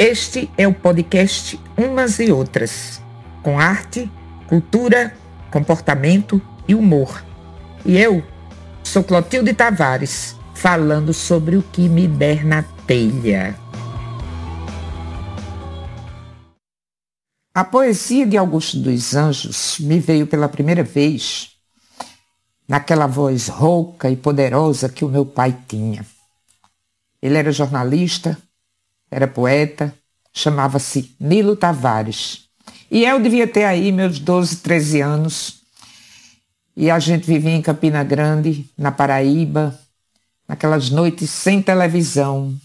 Este é o podcast Umas e Outras, com arte, cultura, comportamento e humor. E eu sou Clotilde Tavares, falando sobre o que me der na telha. A poesia de Augusto dos Anjos me veio pela primeira vez naquela voz rouca e poderosa que o meu pai tinha. Ele era jornalista, era poeta, chamava-se Nilo Tavares. E eu devia ter aí meus 12, 13 anos. E a gente vivia em Campina Grande, na Paraíba, naquelas noites sem televisão,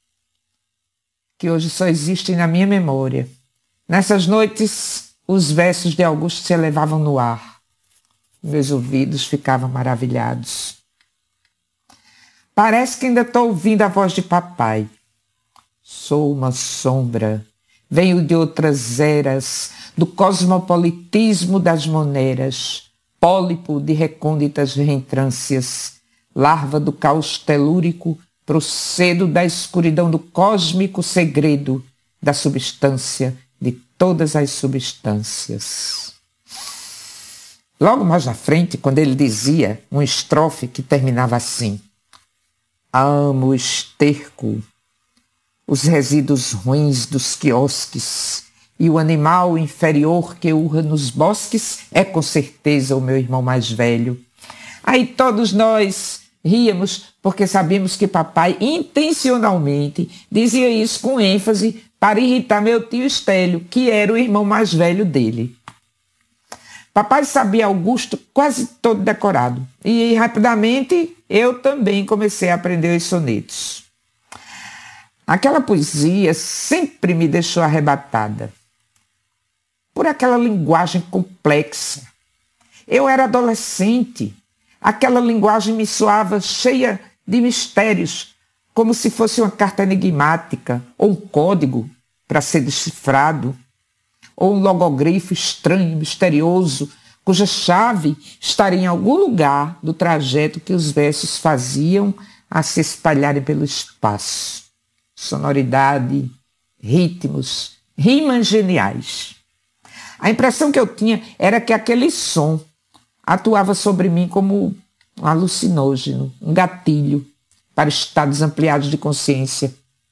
que hoje só existem na minha memória. Nessas noites, os versos de Augusto se elevavam no ar. Meus ouvidos ficavam maravilhados. Parece que ainda estou ouvindo a voz de papai. Sou uma sombra, venho de outras eras, do cosmopolitismo das moneras, pólipo de recônditas reentrâncias, larva do caos telúrico, procedo da escuridão do cósmico segredo, da substância de todas as substâncias. Logo mais na frente, quando ele dizia uma estrofe que terminava assim: amo o esterco, os resíduos ruins dos quiosques, e o animal inferior que urra nos bosques é com certeza o meu irmão mais velho. Aí todos nós ríamos porque sabíamos que papai intencionalmente dizia isso com ênfase para irritar meu tio Estélio, que era o irmão mais velho dele. Papai sabia Augusto quase todo decorado e rapidamente eu também comecei a aprender os sonetos. Aquela poesia sempre me deixou arrebatada por aquela linguagem complexa. Eu era adolescente, aquela linguagem me soava cheia de mistérios, como se fosse uma carta enigmática ou um código para ser decifrado, ou um logogrifo estranho, misterioso, cuja chave estaria em algum lugar do trajeto que os versos faziam a se espalharem pelo espaço. Sonoridade, ritmos, rimas geniais. A impressão que eu tinha era que aquele som atuava sobre mim como um alucinógeno, um gatilho para estados ampliados de consciência.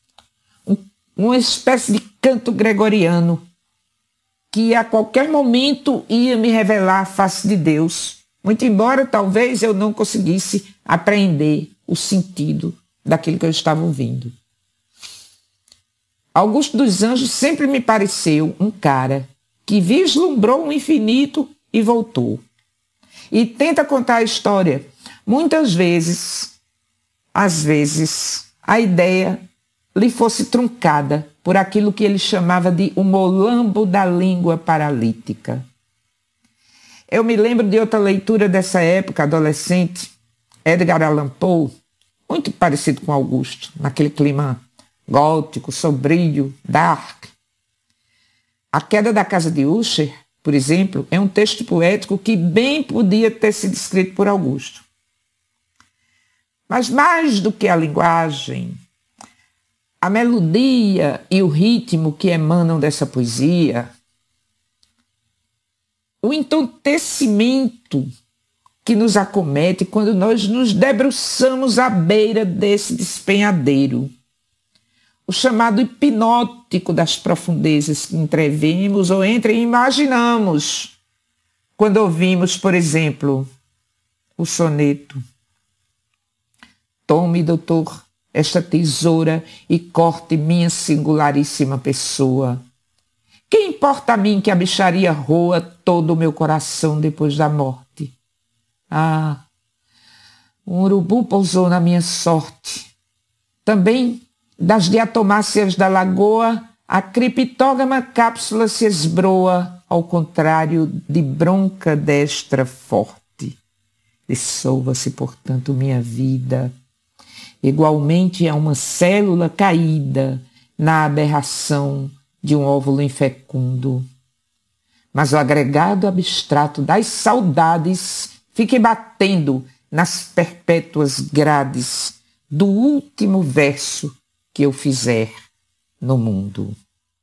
Uma espécie de canto gregoriano que a qualquer momento ia me revelar a face de Deus, muito embora talvez eu não conseguisse apreender o sentido daquilo que eu estava ouvindo. Augusto dos Anjos sempre me pareceu um cara que vislumbrou o infinito e voltou. E tenta contar a história. Muitas vezes, às vezes, a ideia lhe fosse truncada por aquilo que ele chamava de o molambo da língua paralítica. Eu me lembro de outra leitura dessa época, adolescente, Edgar Allan Poe, muito parecido com Augusto, naquele clima gótico, sombrio, dark. A Queda da Casa de Usher, por exemplo, é um texto poético que bem podia ter sido escrito por Augusto. Mas mais do que a linguagem, a melodia e o ritmo que emanam dessa poesia, o entontecimento que nos acomete quando nós nos debruçamos à beira desse despenhadeiro, o chamado hipnótico das profundezas que entrevemos ou imaginamos quando ouvimos, por exemplo, o soneto: tome, doutor, esta tesoura e corte minha singularíssima pessoa. Que importa a mim que a bicharia roa todo o meu coração depois da morte? Ah, um urubu pousou na minha sorte. Também das diatomáceas da lagoa, a criptógama cápsula se esbroa, ao contrário de bronca destra forte. Dissolva-se, portanto, minha vida, igualmente a uma célula caída na aberração de um óvulo infecundo. Mas o agregado abstrato das saudades fique batendo nas perpétuas grades do último verso que eu fizer no mundo.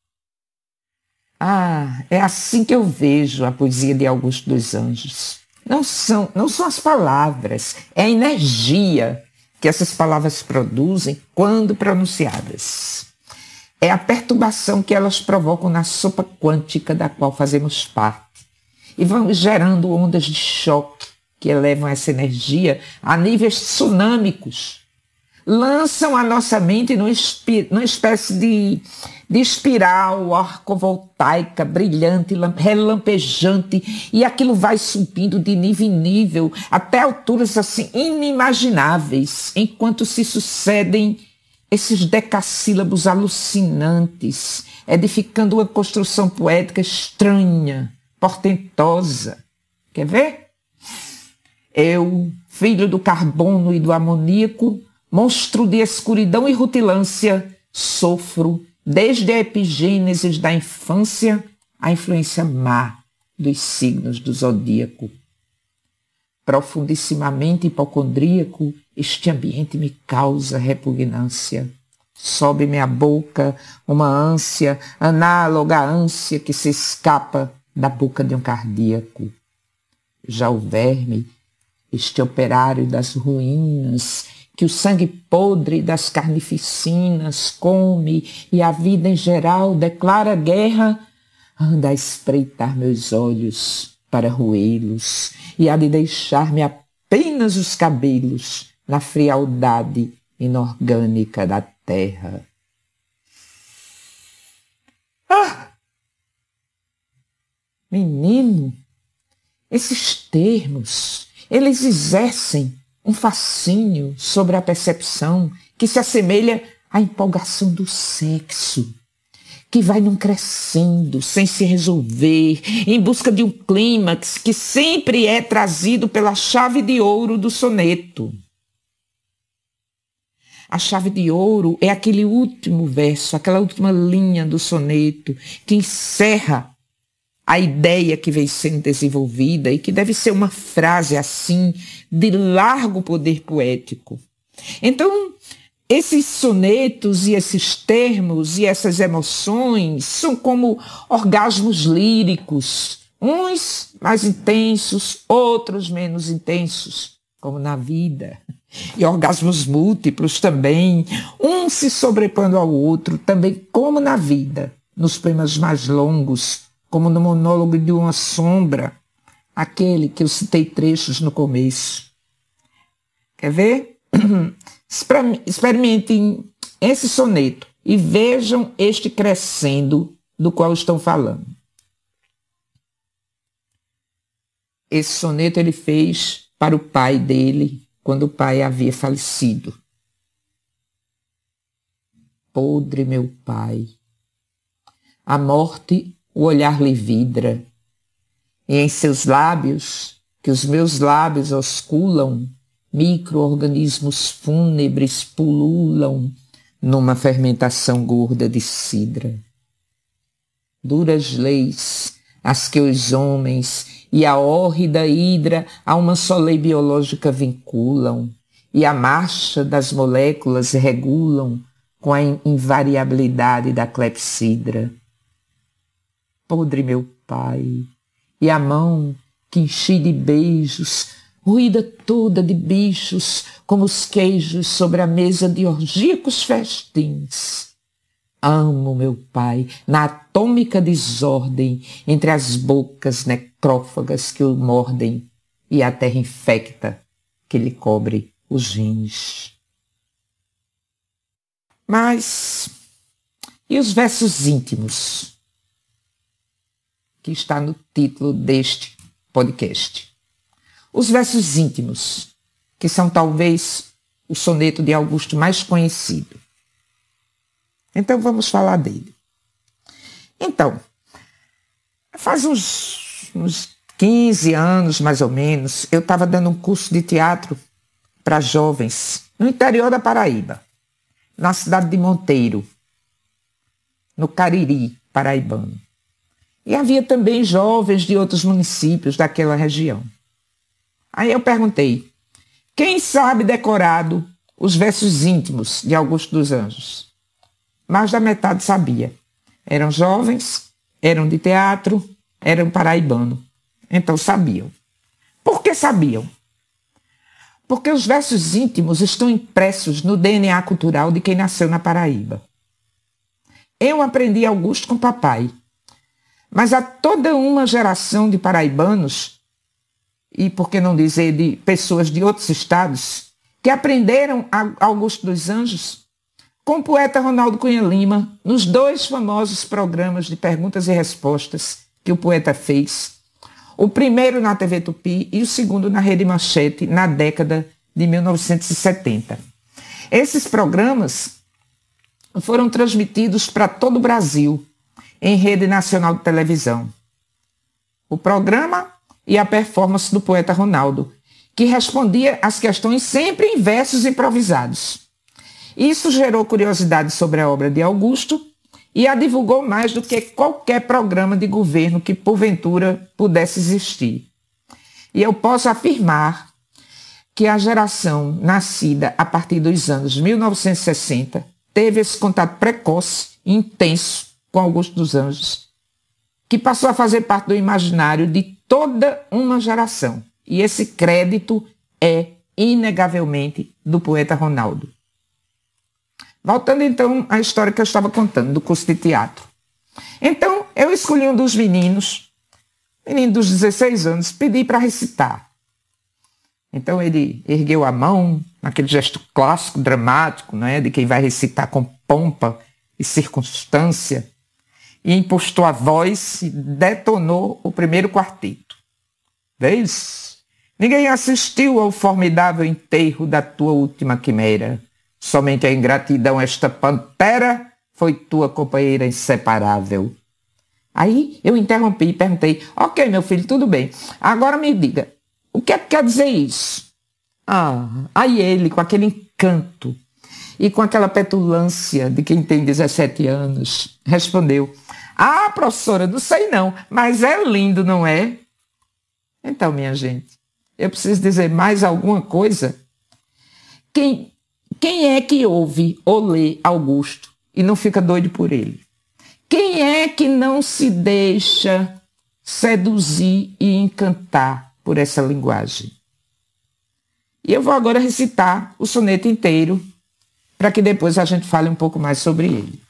Ah, é assim que eu vejo a poesia de Augusto dos Anjos. Não são as palavras, é a energia que essas palavras produzem quando pronunciadas. É a perturbação que elas provocam na sopa quântica da qual fazemos parte. E vão gerando ondas de choque que elevam essa energia a níveis tsunâmicos. Lançam a nossa mente numa espécie de espiral arcovoltaica, brilhante, relampejante, e aquilo vai subindo de nível em nível até alturas assim inimagináveis, enquanto se sucedem esses decassílabos alucinantes, edificando uma construção poética estranha, portentosa. Quer ver? Eu, filho do carbono e do amoníaco, monstro de escuridão e rutilância, sofro, desde a epigênese da infância, a influência má dos signos do zodíaco. Profundissimamente hipocondríaco, este ambiente me causa repugnância. Sobe-me à boca uma ânsia análoga à ânsia que se escapa da boca de um cardíaco. Já o verme, este operário das ruínas, que o sangue podre das carnificinas come e a vida em geral declara guerra, anda a espreitar meus olhos para roê-los e há de deixar-me apenas os cabelos na frialdade inorgânica da terra. Ah! Menino, esses termos, eles exercem um fascínio sobre a percepção que se assemelha à empolgação do sexo, que vai num crescendo, sem se resolver, em busca de um clímax que sempre é trazido pela chave de ouro do soneto. A chave de ouro é aquele último verso, aquela última linha do soneto que encerra a ideia que vem sendo desenvolvida e que deve ser uma frase assim de largo poder poético. Então, esses sonetos e esses termos e essas emoções são como orgasmos líricos, uns mais intensos, outros menos intensos, como na vida. E orgasmos múltiplos também, um se sobrepondo ao outro, também como na vida, nos poemas mais longos, como no monólogo de uma sombra, aquele que eu citei trechos no começo. Quer ver? Experimentem esse soneto e vejam este crescendo do qual estão falando. Esse soneto ele fez para o pai dele, quando o pai havia falecido. Podre meu pai, a morte o olhar lhe vidra, e em seus lábios, que os meus lábios osculam, micro-organismos fúnebres pululam numa fermentação gorda de cidra. Duras leis, as que os homens e a hórrida hidra a uma só lei biológica vinculam, e a marcha das moléculas regulam com a invariabilidade da clepsidra. Podre meu pai, e a mão que enchi de beijos, ruída toda de bichos, como os queijos sobre a mesa de orgíacos festins. Amo meu pai na atômica desordem entre as bocas necrófagas que o mordem e a terra infecta que lhe cobre os rins. Mas e os versos íntimos? Que está no título deste podcast. Os versos íntimos, que são talvez o soneto de Augusto mais conhecido. Então vamos falar dele. Então, faz uns 15 anos mais ou menos, eu estava dando um curso de teatro para jovens no interior da Paraíba, na cidade de Monteiro, no Cariri paraibano. E havia também jovens de outros municípios daquela região. Aí eu perguntei, quem sabe decorado os versos íntimos de Augusto dos Anjos? mais da metade sabia. Eram jovens, eram de teatro, eram paraibano. Então sabiam. Por que sabiam? Porque os versos íntimos estão impressos no DNA cultural de quem nasceu na Paraíba. Eu aprendi Augusto com papai, mas há toda uma geração de paraibanos, e por que não dizer de pessoas de outros estados, que aprenderam Augusto dos Anjos com o poeta Ronaldo Cunha Lima, nos 2 famosos programas de perguntas e respostas que o poeta fez, o primeiro na TV Tupi e o segundo na Rede Manchete, na década de 1970. Esses programas foram transmitidos para todo o Brasil, em rede nacional de televisão. O programa e a performance do poeta Ronaldo, que respondia às questões sempre em versos improvisados. Isso gerou curiosidade sobre a obra de Augusto e a divulgou mais do que qualquer programa de governo que, porventura, pudesse existir. E eu posso afirmar que a geração nascida a partir dos anos 1960 teve esse contato precoce e intenso com Augusto dos Anjos, que passou a fazer parte do imaginário de toda uma geração. E esse crédito é, inegavelmente, do poeta Ronaldo. Voltando então à história que eu estava contando, do curso de teatro. Então, eu escolhi um dos meninos, menino dos 16 anos, pedi para recitar. Então ele ergueu a mão, naquele gesto clássico, dramático, né, de quem vai recitar com pompa e circunstância, e impostou a voz e detonou o primeiro quarteto. Vês? Ninguém assistiu ao formidável enterro da tua última quimera. Somente a ingratidão, esta pantera, foi tua companheira inseparável. Aí eu interrompi e perguntei, ok, meu filho, tudo bem. Agora me diga, o que é que quer dizer isso? Aí ele, com aquele encanto e com aquela petulância de quem tem 17 anos, respondeu, professora, não sei não, mas é lindo, não é? Então, minha gente, eu preciso dizer mais alguma coisa? Quem é que ouve ou lê Augusto e não fica doido por ele? Quem é que não se deixa seduzir e encantar por essa linguagem? E eu vou agora recitar o soneto inteiro para que depois a gente fale um pouco mais sobre ele.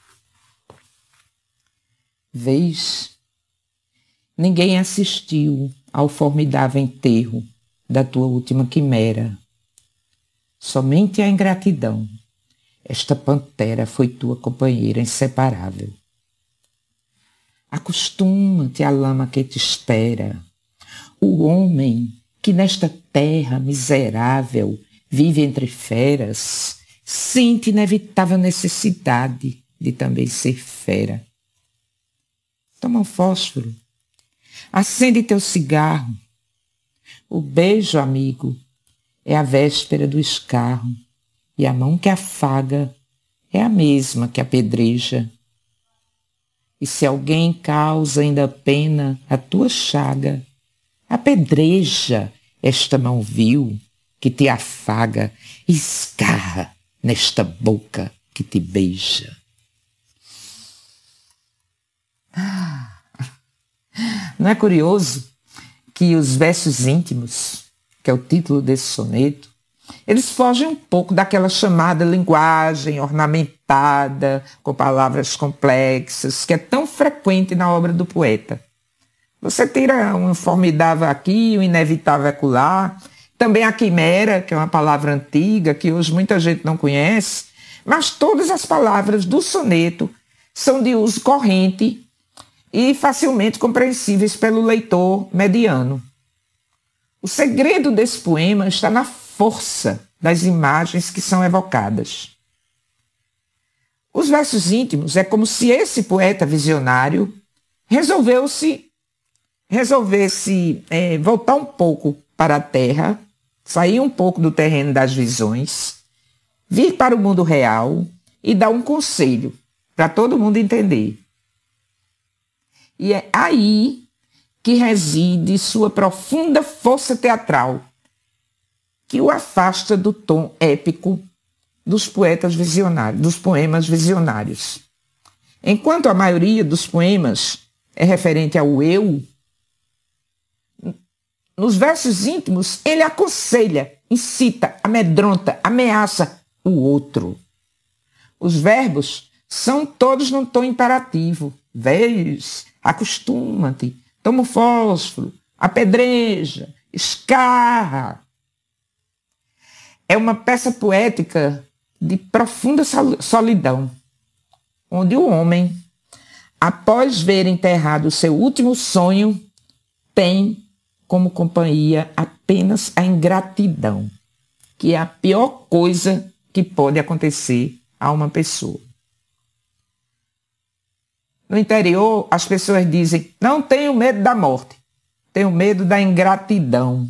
Vês? Ninguém assistiu ao formidável enterro da tua última quimera. Somente a ingratidão, esta pantera foi tua companheira inseparável. Acostuma-te à lama que te espera. O homem que nesta terra miserável vive entre feras, sente inevitável necessidade de também ser fera. Toma um fósforo, acende teu cigarro. O beijo, amigo, é a véspera do escarro, e a mão que afaga é a mesma que apedreja. E se alguém causa ainda pena a tua chaga, apedreja esta mão vil que te afaga e escarra nesta boca que te beija. Não é curioso que os versos íntimos, que é o título desse soneto, eles fogem um pouco daquela chamada linguagem ornamentada, com palavras complexas, que é tão frequente na obra do poeta. Você tira um formidável aqui, um inevitável acolá, também a quimera, que é uma palavra antiga, que hoje muita gente não conhece, mas todas as palavras do soneto são de uso corrente e facilmente compreensíveis pelo leitor mediano. O segredo desse poema está na força das imagens que são evocadas. Os versos íntimos é como se esse poeta visionário resolvesse voltar um pouco para a terra, sair um pouco do terreno das visões, vir para o mundo real e dar um conselho para todo mundo entender. E é aí que reside sua profunda força teatral, que o afasta do tom épico dos poetas visionários, dos poemas visionários. Enquanto a maioria dos poemas é referente ao eu, nos versos íntimos ele aconselha, incita, amedronta, ameaça o outro. Os verbos são todos num tom imperativo. Vês, acostuma-te, toma o fósforo, apedreja, escarra. É uma peça poética de profunda solidão, onde o homem, após ver enterrado o seu último sonho, tem como companhia apenas a ingratidão, que é a pior coisa que pode acontecer a uma pessoa. No interior, as pessoas dizem, não tenho medo da morte, tenho medo da ingratidão.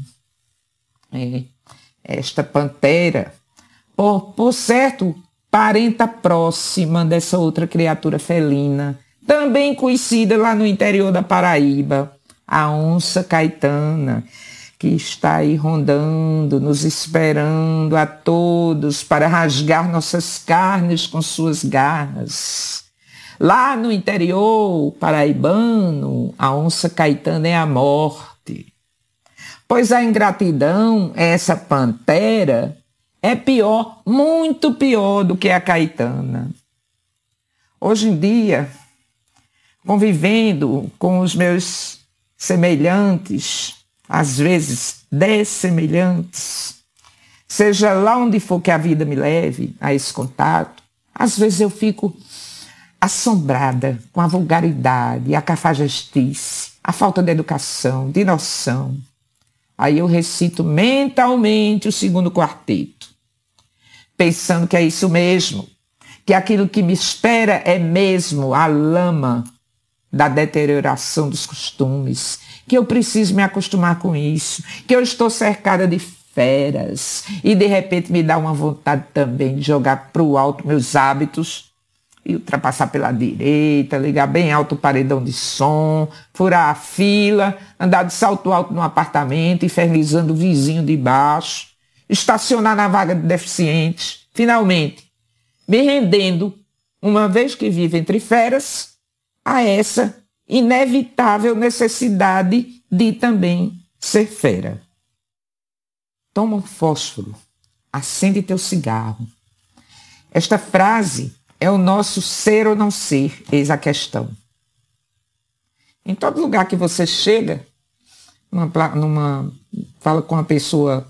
Esta pantera, por certo, parenta próxima dessa outra criatura felina, também conhecida lá no interior da Paraíba, a onça caetana, que está aí rondando, nos esperando a todos para rasgar nossas carnes com suas garras. Lá no interior paraibano, a onça caetana é a morte. Pois a ingratidão, essa pantera, é pior, muito pior do que a caetana. Hoje em dia, convivendo com os meus semelhantes, às vezes dessemelhantes, seja lá onde for que a vida me leve a esse contato, às vezes eu fico assombrada com a vulgaridade, a cafajestice, a falta de educação, de noção. Aí eu recito mentalmente o segundo quarteto, pensando que é isso mesmo, que aquilo que me espera é mesmo a lama da deterioração dos costumes, que eu preciso me acostumar com isso, que eu estou cercada de feras e de repente me dá uma vontade também de jogar para o alto meus hábitos e ultrapassar pela direita, ligar bem alto o paredão de som, furar a fila, andar de salto alto no apartamento, infernizando o vizinho de baixo, estacionar na vaga de deficientes, finalmente me rendendo, uma vez que vivo entre feras, a essa inevitável necessidade de também ser fera. Toma um fósforo, acende teu cigarro. Esta frase é o nosso ser ou não ser, eis a questão. Em todo lugar que você chega, fala com uma pessoa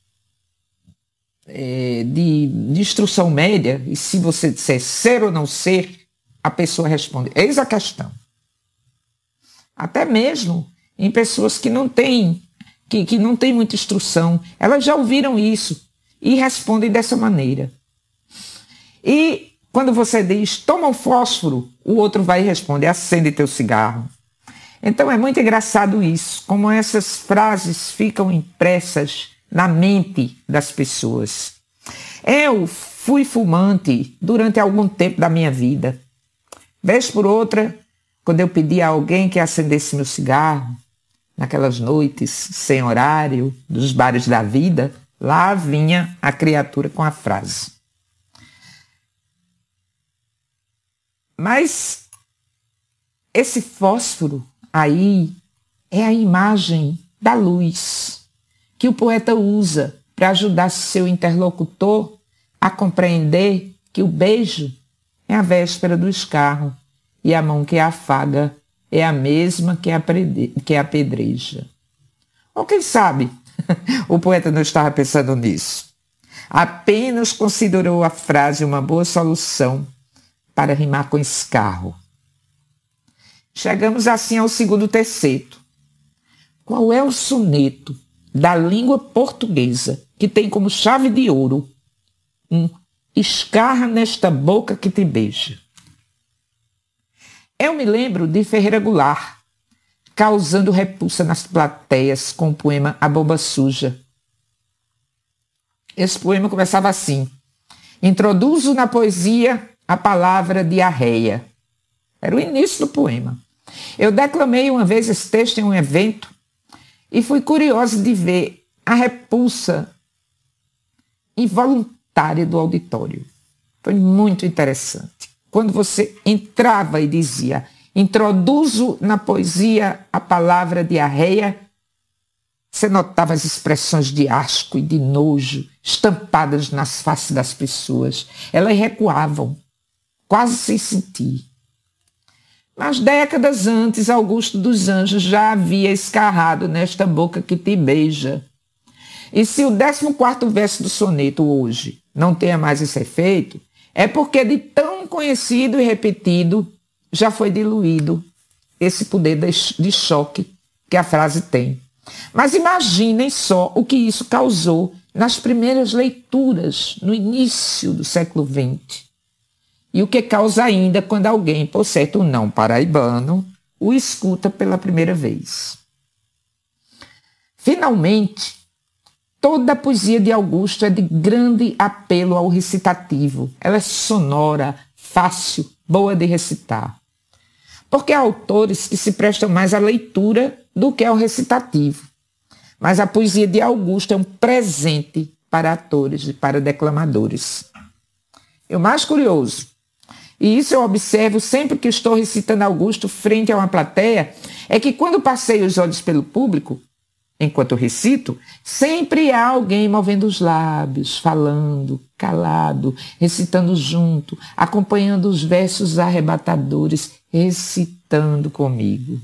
de instrução média, e se você disser ser ou não ser, a pessoa responde, eis a questão. Até mesmo em pessoas que não têm muita instrução, elas já ouviram isso e respondem dessa maneira. E quando você diz, toma um fósforo, o outro vai e responde, acende teu cigarro. Então é muito engraçado isso, como essas frases ficam impressas na mente das pessoas. Eu fui fumante durante algum tempo da minha vida. Vez por outra, quando eu pedi a alguém que acendesse meu cigarro, naquelas noites sem horário, dos bares da vida, lá vinha a criatura com a frase. Mas esse fósforo aí é a imagem da luz que o poeta usa para ajudar seu interlocutor a compreender que o beijo é a véspera do escarro e a mão que afaga é a mesma que apedreja. Ou quem sabe, o poeta não estava pensando nisso. Apenas considerou a frase uma boa solução para rimar com escarro. Chegamos assim ao segundo terceto. Qual é o soneto da língua portuguesa que tem como chave de ouro escarra nesta boca que te beija? Eu me lembro de Ferreira Goulart, causando repulsa nas plateias com o poema A Bomba Suja. Esse poema começava assim: introduzo na poesia a palavra diarreia. Era o início do poema. Eu declamei uma vez esse texto em um evento e fui curiosa de ver a repulsa involuntária do auditório. Foi muito interessante. quando você entrava e dizia: introduzo na poesia a palavra diarreia, você notava as expressões de asco e de nojo estampadas nas faces das pessoas. Elas recuavam, quase sem sentir. Mas décadas antes, Augusto dos Anjos já havia escarrado nesta boca que te beija. E se o 14º verso do soneto hoje não tenha mais esse efeito, é porque de tão conhecido e repetido já foi diluído esse poder de choque que a frase tem. Mas imaginem só o que isso causou nas primeiras leituras, no início do século XX. E o que causa ainda quando alguém, por certo não paraibano, o escuta pela primeira vez. Finalmente, toda a poesia de Augusto é de grande apelo ao recitativo. Ela é sonora, fácil, boa de recitar. Porque há autores que se prestam mais à leitura do que ao recitativo. Mas a poesia de Augusto é um presente para atores e para declamadores. E o mais curioso, e isso eu observo sempre que estou recitando Augusto frente a uma plateia, é que quando passeio os olhos pelo público, enquanto recito, sempre há alguém movendo os lábios, falando, calado, recitando junto, acompanhando os versos arrebatadores, recitando comigo.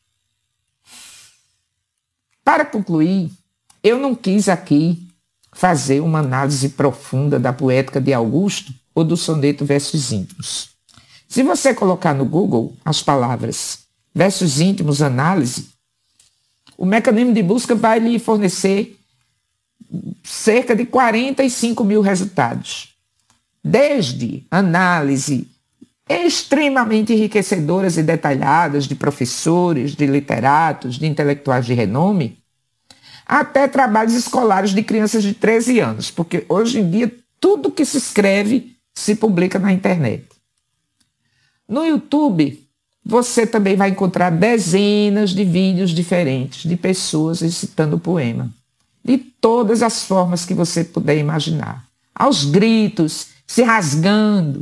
Para concluir, eu não quis aqui fazer uma análise profunda da poética de Augusto ou do soneto Versos Íntimos. Se você colocar no Google as palavras Versos Íntimos, análise, o mecanismo de busca vai lhe fornecer cerca de 45 mil resultados. Desde análise extremamente enriquecedoras e detalhadas de professores, de literatos, de intelectuais de renome, até trabalhos escolares de crianças de 13 anos, porque hoje em dia tudo que se escreve se publica na internet. No YouTube, você também vai encontrar dezenas de vídeos diferentes de pessoas recitando o poema, de todas as formas que você puder imaginar, aos gritos, se rasgando,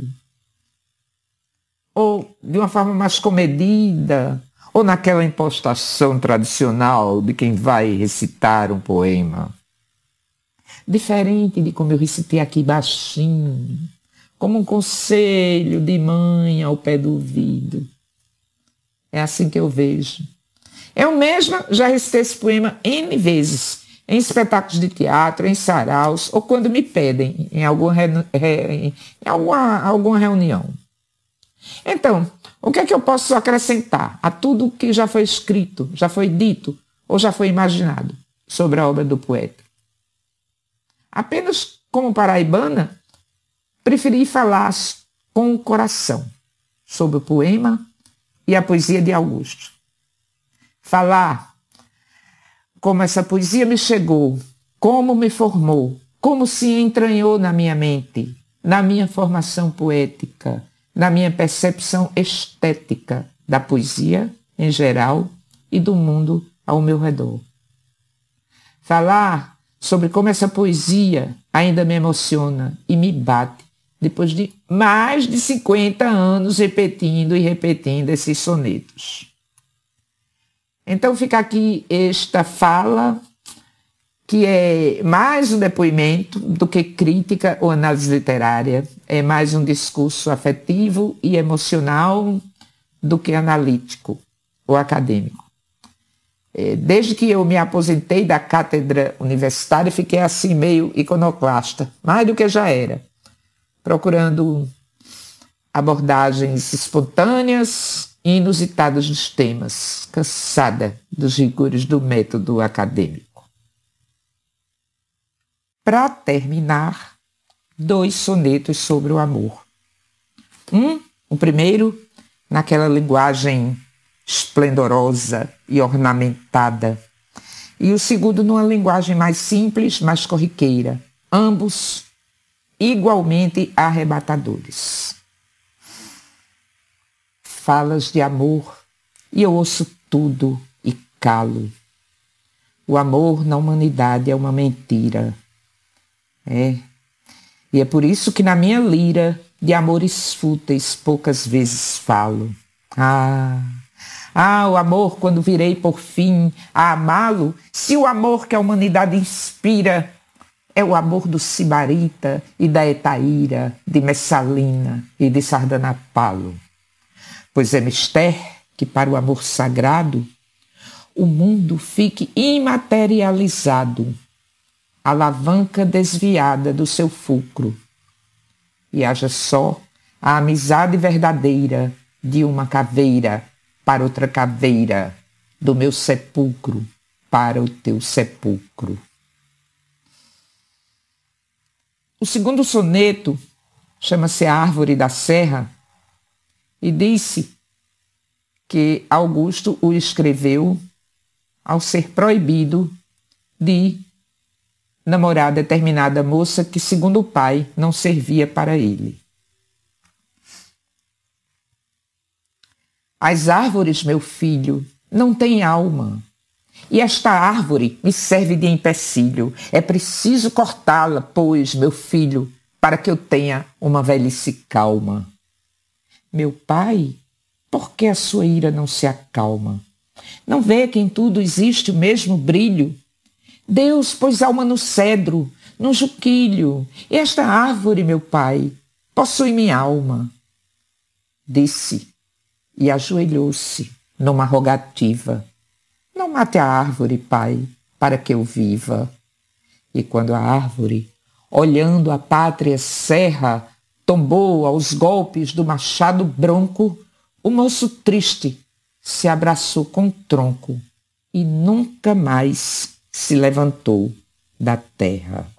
ou de uma forma mais comedida, ou naquela impostação tradicional de quem vai recitar um poema. Diferente de como eu recitei aqui baixinho, como um conselho de mãe ao pé do ouvido. É assim que eu vejo. Eu mesma já recitei esse poema N vezes, em espetáculos de teatro, em saraus, ou quando me pedem em alguma reunião. Então, o que é que eu posso acrescentar a tudo que já foi escrito, já foi dito ou já foi imaginado sobre a obra do poeta? Apenas como paraibana, preferi falar com o coração sobre o poema e a poesia de Augusto. Falar como essa poesia me chegou, como me formou, como se entranhou na minha mente, na minha formação poética, na minha percepção estética da poesia em geral e do mundo ao meu redor. Falar sobre como essa poesia ainda me emociona e me bate depois de mais de 50 anos repetindo e repetindo esses sonetos. Então fica aqui esta fala, que é mais um depoimento do que crítica ou análise literária, é mais um discurso afetivo e emocional do que analítico ou acadêmico. Desde que eu me aposentei da cátedra universitária, fiquei assim meio iconoclasta, mais do que já era, procurando abordagens espontâneas e inusitadas dos temas, cansada dos rigores do método acadêmico. Para terminar, 2 sonetos sobre o amor. O primeiro, naquela linguagem esplendorosa e ornamentada, e o segundo numa linguagem mais simples, mais corriqueira, ambos igualmente arrebatadores. Falas de amor e eu ouço tudo e calo. O amor na humanidade é uma mentira. E é por isso que na minha lira de amores fúteis poucas vezes falo. O amor, quando virei por fim a amá-lo, se o amor que a humanidade inspira é o amor do Sibarita e da Etaíra, de Messalina e de Sardanapalo. Pois é mister que para o amor sagrado o mundo fique imaterializado, alavanca desviada do seu fulcro, e haja só a amizade verdadeira de uma caveira para outra caveira, do meu sepulcro para o teu sepulcro. O segundo soneto chama-se A Árvore da Serra e disse que Augusto o escreveu ao ser proibido de namorar determinada moça que, segundo o pai, não servia para ele. As árvores, meu filho, não têm alma, e esta árvore me serve de empecilho. É preciso cortá-la, pois, meu filho, para que eu tenha uma velhice calma. Meu pai, por que a sua ira não se acalma? Não vê que em tudo existe o mesmo brilho? Deus pôs alma no cedro, no juquilho, e esta árvore, meu pai, possui minha alma. Disse e ajoelhou-se numa rogativa. Não mate a árvore, pai, para que eu viva. E quando a árvore, olhando a pátria serra, tombou aos golpes do machado bronco, o moço triste se abraçou com o tronco e nunca mais se levantou da terra.